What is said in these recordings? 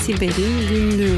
Siber'in Günlüğü.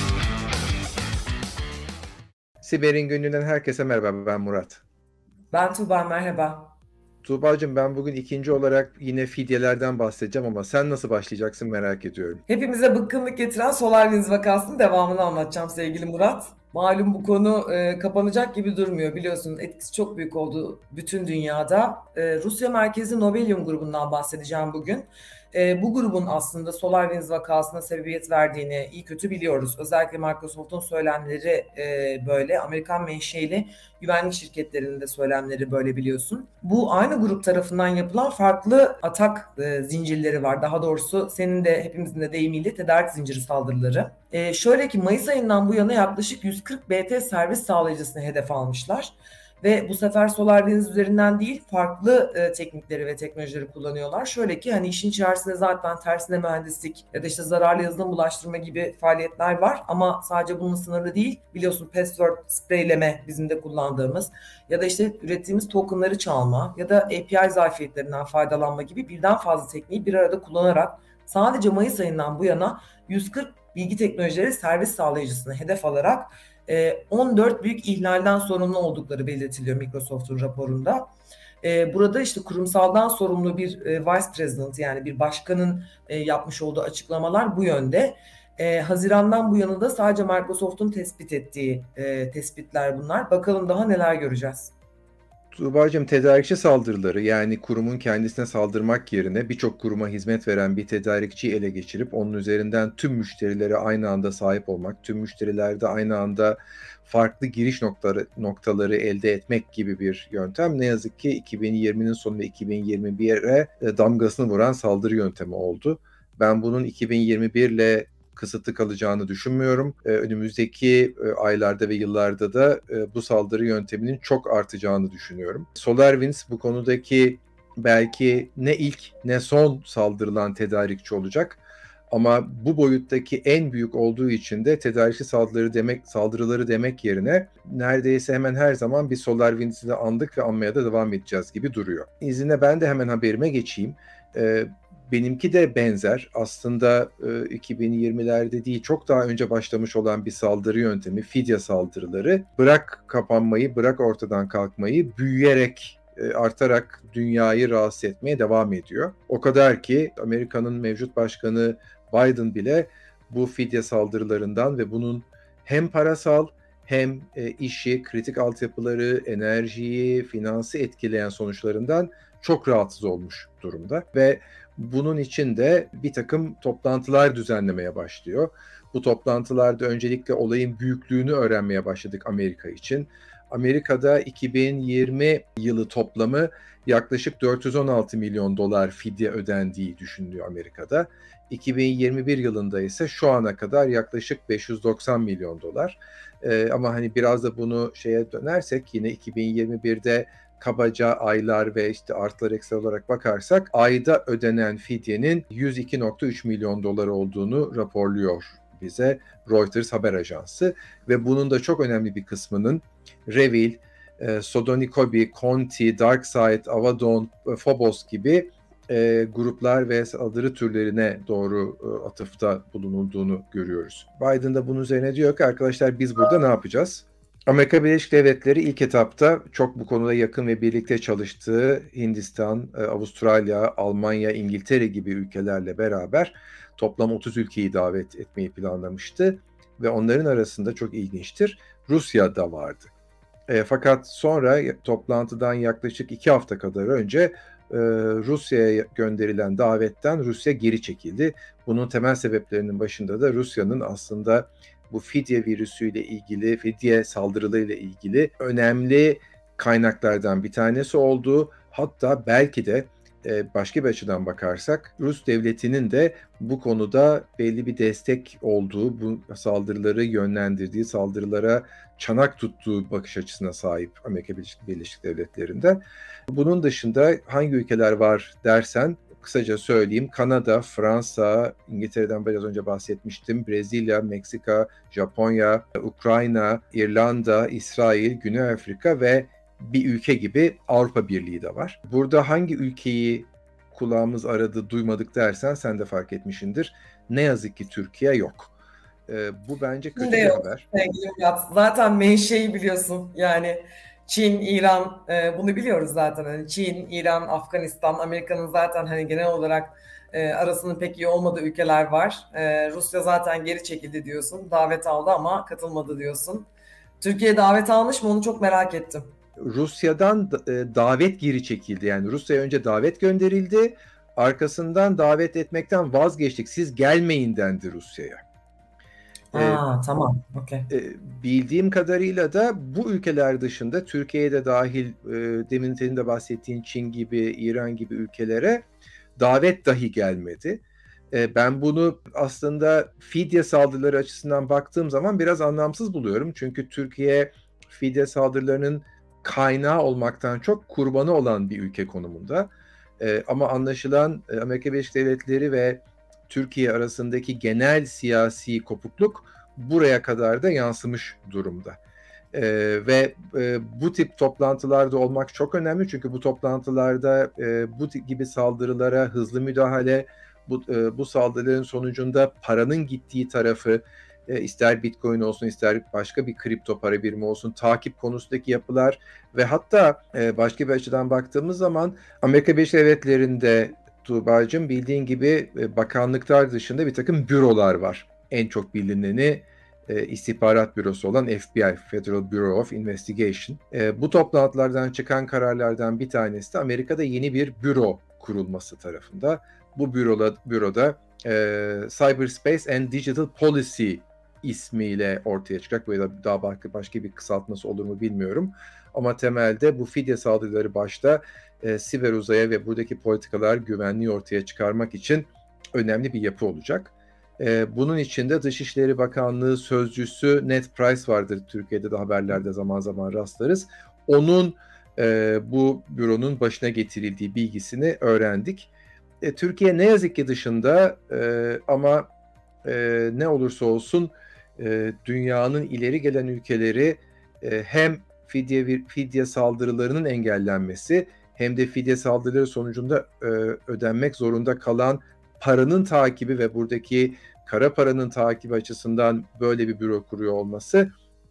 Siber'in Günlüğü'nden herkese merhaba, ben Murat. Ben Tuğba, merhaba. Tuğba'cığım, ben bugün ikinci olarak yine fidyelerden bahsedeceğim ama sen nasıl başlayacaksın merak ediyorum. Hepimize bıkkınlık getiren SolarWinds vakasının devamını anlatacağım sevgili Murat. Malum bu konu kapanacak gibi durmuyor. Biliyorsun etkisi çok büyük oldu bütün dünyada. Rusya merkezli Nobelium grubundan bahsedeceğim bugün. Bu grubun aslında SolarWinds vakasına sebebiyet verdiğini iyi kötü biliyoruz. Özellikle Microsoft'un söylemleri böyle, Amerikan menşeli güvenlik şirketlerinin de söylemleri böyle biliyorsun. Bu aynı grup tarafından yapılan farklı atak zincirleri var. Daha doğrusu senin de hepimizin de deyimiyle tedarik zinciri saldırıları. Şöyle ki Mayıs ayından bu yana yaklaşık 140 BT servis sağlayıcısını hedef almışlar. Ve bu sefer SolarWinds üzerinden değil farklı teknikleri ve teknolojileri kullanıyorlar. Şöyle ki hani işin içerisinde zaten tersine mühendislik ya da işte zararlı yazılım bulaştırma gibi faaliyetler var. Ama sadece bununla sınırlı değil. Biliyorsun password spreyleme bizim de kullandığımız ya da işte ürettiğimiz tokenları çalma ya da API zafiyetlerinden faydalanma gibi birden fazla tekniği bir arada kullanarak sadece Mayıs ayından bu yana 140 bilgi teknolojileri servis sağlayıcısını hedef alarak 14 büyük ihlalden sorumlu oldukları belirtiliyor Microsoft'un raporunda. Burada işte kurumsaldan sorumlu bir vice president yani bir başkanın yapmış olduğu açıklamalar bu yönde. Haziran'dan bu yana da sadece Microsoft'un tespit ettiği tespitler bunlar. Bakalım daha neler göreceğiz. Tuğba'cığım, tedarikçi saldırıları, yani kurumun kendisine saldırmak yerine birçok kuruma hizmet veren bir tedarikçiyi ele geçirip onun üzerinden tüm müşterilere aynı anda sahip olmak, tüm müşterilerde aynı anda farklı giriş noktaları elde etmek gibi bir yöntem ne yazık ki 2020'nin sonu ve 2021'e damgasını vuran saldırı yöntemi oldu. Ben bunun 2021 ile kısıtlı kalacağını düşünmüyorum. Önümüzdeki aylarda ve yıllarda da bu saldırı yönteminin çok artacağını düşünüyorum. SolarWinds bu konudaki belki ne ilk ne son saldırılan tedarikçi olacak. Ama bu boyuttaki en büyük olduğu için de tedarikçi saldırıları demek yerine neredeyse hemen her zaman bir SolarWinds'i de andık ve anmaya da devam edeceğiz gibi duruyor. İzninle ben de hemen haberime geçeyim. Benimki de benzer. Aslında 2020'lerde değil, çok daha önce başlamış olan bir saldırı yöntemi, fidye saldırıları. Bırak kapanmayı, bırak ortadan kalkmayı, büyüyerek, artarak dünyayı rahatsız etmeye devam ediyor. O kadar ki Amerika'nın mevcut başkanı Biden bile bu fidye saldırılarından ve bunun hem parasal hem işi, kritik altyapıları, enerjiyi, finansı etkileyen sonuçlarından çok rahatsız olmuş durumda ve bunun için de bir takım toplantılar düzenlemeye başlıyor. Bu toplantılarda öncelikle olayın büyüklüğünü öğrenmeye başladık Amerika için. Amerika'da 2020 yılı toplamı yaklaşık 416 milyon dolar fidye ödendiği düşünülüyor Amerika'da. 2021 yılında ise şu ana kadar yaklaşık 590 milyon dolar. Ama hani biraz da bunu dönersek yine 2021'de kabaca aylar ve işte artılar eksi olarak bakarsak ayda ödenen fidyenin 102,3 milyon dolar olduğunu raporluyor bize Reuters haber ajansı ve bunun da çok önemli bir kısmının Revil, Sodinocobi, Conti, DarkSide, Avadon, Phobos gibi gruplar ve saldırı türlerine doğru atıfta bulunulduğunu görüyoruz. Biden da bunun üzerine diyor ki arkadaşlar biz burada ne yapacağız? Amerika Birleşik Devletleri ilk etapta çok bu konuda yakın ve birlikte çalıştığı Hindistan, Avustralya, Almanya, İngiltere gibi ülkelerle beraber toplam 30 ülkeyi davet etmeyi planlamıştı ve onların arasında çok ilginçtir, Rusya da vardı. Fakat sonra toplantıdan yaklaşık 2 hafta kadar önce Rusya'ya gönderilen davetten Rusya geri çekildi. Bunun temel sebeplerinin başında da Rusya'nın aslında bu fidye virüsüyle ilgili, fidye saldırılarıyla ilgili önemli kaynaklardan bir tanesi olduğu, hatta belki de başka bir açıdan bakarsak Rus devletinin de bu konuda belli bir destek olduğu, bu saldırıları yönlendirdiği, saldırılara çanak tuttuğu bakış açısına sahip Amerika Birleşik Devletleri'nde. Bunun dışında hangi ülkeler var dersen, kısaca söyleyeyim: Kanada, Fransa, İngiltere'den biraz önce bahsetmiştim, Brezilya, Meksika, Japonya, Ukrayna, İrlanda, İsrail, Güney Afrika ve bir ülke gibi Avrupa Birliği de var. Burada hangi ülkeyi kulağımız aradı, duymadık dersen sen de fark etmişsindir. Ne yazık ki Türkiye yok. Bu bence Çin kötü de bir yok haber. sevgili Murat. Zaten menşei biliyorsun. Yani Çin, İran bunu biliyoruz zaten. Hani Çin, İran, Afganistan, Amerika'nın zaten hani genel olarak arasının pek iyi olmadığı ülkeler var. Rusya zaten geri çekildi diyorsun. Davet aldı ama katılmadı diyorsun. Türkiye davet almış mı onu çok merak ettim. Rusya'dan davet geri çekildi. Yani Rusya'ya önce davet gönderildi. Arkasından davet etmekten vazgeçtik. Siz gelmeyin dendi Rusya'ya. E, Aa, tamam. Okey. Bildiğim kadarıyla da bu ülkeler dışında Türkiye'de dahil demin senin de bahsettiğin Çin gibi, İran gibi ülkelere davet dahi gelmedi. Ben bunu aslında fidye saldırıları açısından baktığım zaman biraz anlamsız buluyorum. Çünkü Türkiye fidye saldırılarının kaynağı olmaktan çok kurbanı olan bir ülke konumunda. Ama anlaşılan Amerika Birleşik Devletleri ve Türkiye arasındaki genel siyasi kopukluk buraya kadar da yansımış durumda. Ve bu tip toplantılarda olmak çok önemli çünkü bu toplantılarda bu gibi saldırılara hızlı müdahale, bu saldırıların sonucunda paranın gittiği tarafı ister Bitcoin olsun ister başka bir kripto para birimi olsun takip konusundaki yapılar ve hatta başka bir açıdan baktığımız zaman Amerika Birleşik Devletleri'nde Tuğba'cığım bildiğin gibi bakanlıklar dışında bir takım bürolar var. En çok bilineni istihbarat bürosu olan FBI, Federal Bureau of Investigation. Bu toplantılardan çıkan kararlardan bir tanesi de Amerika'da yeni bir büro kurulması tarafında. Bu büroda Cyberspace and Digital Policy ismiyle ortaya çıkacak. Böyle daha başka bir kısaltması olur mu bilmiyorum. Ama temelde bu fidye saldırıları başta siber uzaya ve buradaki politikalar güvenliği ortaya çıkarmak için önemli bir yapı olacak. Bunun içinde Dışişleri Bakanlığı sözcüsü Ned Price vardır. Türkiye'de de haberlerde zaman zaman rastlarız. Onun bu büronun başına getirildiği bilgisini öğrendik. Türkiye ne yazık ki dışında ama ne olursa olsun dünyanın ileri gelen ülkeleri hem fidye saldırılarının engellenmesi hem de fidye saldırıları sonucunda ödenmek zorunda kalan paranın takibi ve buradaki kara paranın takibi açısından böyle bir büro kuruyor olması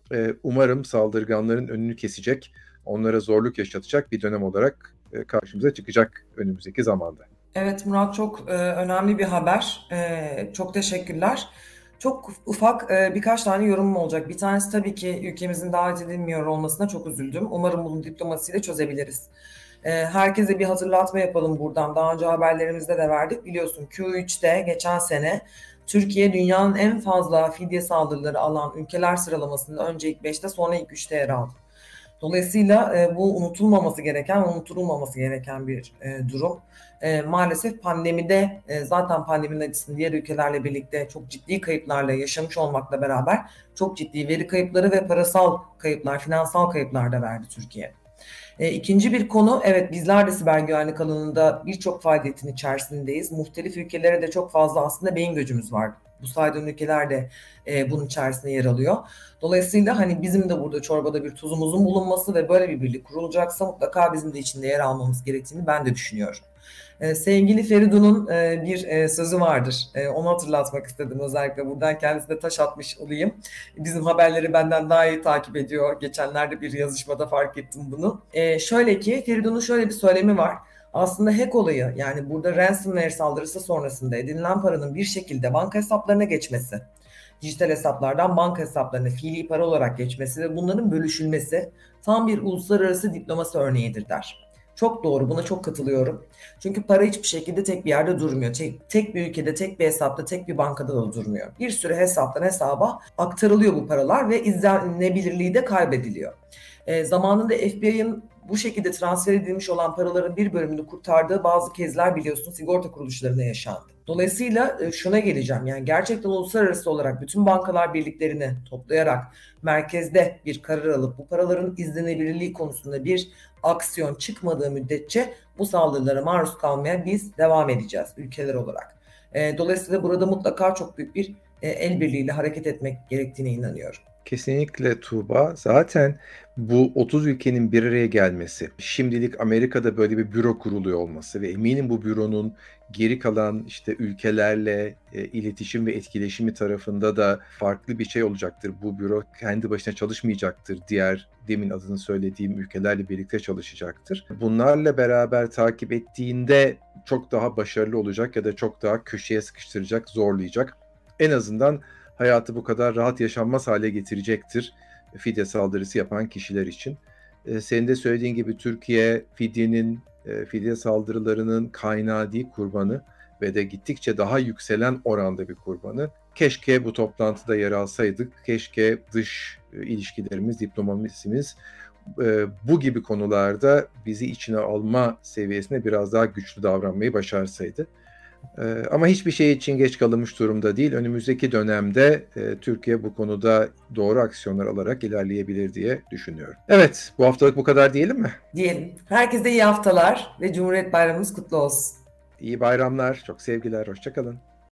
umarım saldırganların önünü kesecek, onlara zorluk yaşatacak bir dönem olarak karşımıza çıkacak önümüzdeki zamanda. Evet Murat çok önemli bir haber. Çok teşekkürler. Çok ufak birkaç tane yorumum olacak. Bir tanesi tabii ki ülkemizin davet edilmiyor olmasına çok üzüldüm. Umarım bunu diplomasiyle çözebiliriz. Herkese bir hatırlatma yapalım buradan. Daha önce haberlerimizde de verdik. Biliyorsun Q3'te geçen sene Türkiye dünyanın en fazla fidye saldırıları alan ülkeler sıralamasında önce ilk 5'te sonra ilk 3'te yer aldı. Dolayısıyla bu unutulmaması gereken, unutulmaması gereken bir durum. Maalesef pandemide zaten pandeminin acısını diğer ülkelerle birlikte çok ciddi kayıplarla yaşamış olmakla beraber çok ciddi veri kayıpları ve parasal kayıplar, finansal kayıplar da verdi Türkiye. İkinci bir konu, evet bizler de siber güvenlik alanında birçok faaliyetin içerisindeyiz. Muhtelif ülkelere de çok fazla aslında beyin göçümüz var. Bu saydığım ülkeler de bunun içerisinde yer alıyor. Dolayısıyla hani bizim de burada çorbada bir tuzumuzun bulunması ve böyle bir birlik kurulacaksa mutlaka bizim de içinde yer almamız gerektiğini ben de düşünüyorum. Sevgili Feridun'un bir sözü vardır. Onu hatırlatmak istedim özellikle. Buradan kendisine taş atmış olayım. Bizim haberleri benden daha iyi takip ediyor. Geçenlerde bir yazışmada fark ettim bunu. Şöyle ki Feridun'un şöyle bir söylemi var. Aslında hack olayı yani burada ransomware saldırısı sonrasında edinilen paranın bir şekilde banka hesaplarına geçmesi, dijital hesaplardan banka hesaplarına fiili para olarak geçmesi ve bunların bölüşülmesi tam bir uluslararası diplomasi örneğidir der. Çok doğru, buna çok katılıyorum. Çünkü para hiçbir şekilde tek bir yerde durmuyor. Tek bir ülkede, tek bir hesapta, tek bir bankada da durmuyor. Bir sürü hesaptan hesaba aktarılıyor bu paralar ve izlenebilirliği de kaybediliyor. Zamanında FBI'ın bu şekilde transfer edilmiş olan paraların bir bölümünü kurtardığı bazı kezler biliyorsun sigorta kuruluşlarına yaşandı. Dolayısıyla şuna geleceğim yani gerçekten uluslararası olarak bütün bankalar birliklerini toplayarak merkezde bir karar alıp bu paraların izlenebilirliği konusunda bir aksiyon çıkmadığı müddetçe bu saldırılara maruz kalmaya biz devam edeceğiz ülkeler olarak. Dolayısıyla burada mutlaka çok büyük bir el birliğiyle hareket etmek gerektiğine inanıyorum. Kesinlikle Tuğba. Zaten bu 30 ülkenin bir araya gelmesi, şimdilik Amerika'da böyle bir büro kuruluyor olması ve eminim bu büronun geri kalan işte ülkelerle iletişim ve etkileşimi tarafında da farklı bir şey olacaktır. Bu büro kendi başına çalışmayacaktır. Diğer demin adını söylediğim ülkelerle birlikte çalışacaktır. Bunlarla beraber takip ettiğinde çok daha başarılı olacak ya da çok daha köşeye sıkıştıracak, zorlayacak. En azından hayatı bu kadar rahat yaşanmaz hale getirecektir fidye saldırısı yapan kişiler için. Senin de söylediğin gibi Türkiye fidye saldırılarının kaynağı değil, kurbanı ve de gittikçe daha yükselen oranda bir kurbanı. Keşke bu toplantıda yer alsaydık. Keşke dış ilişkilerimiz, diplomasimiz bu gibi konularda bizi içine alma seviyesine biraz daha güçlü davranmayı başarsaydı. Ama hiçbir şey için geç kalınmış durumda değil. Önümüzdeki dönemde Türkiye bu konuda doğru aksiyonlar alarak ilerleyebilir diye düşünüyorum. Evet, bu haftalık bu kadar diyelim mi? Diyelim. Herkese iyi haftalar ve Cumhuriyet Bayramımız kutlu olsun. İyi bayramlar, çok sevgiler, hoşça kalın.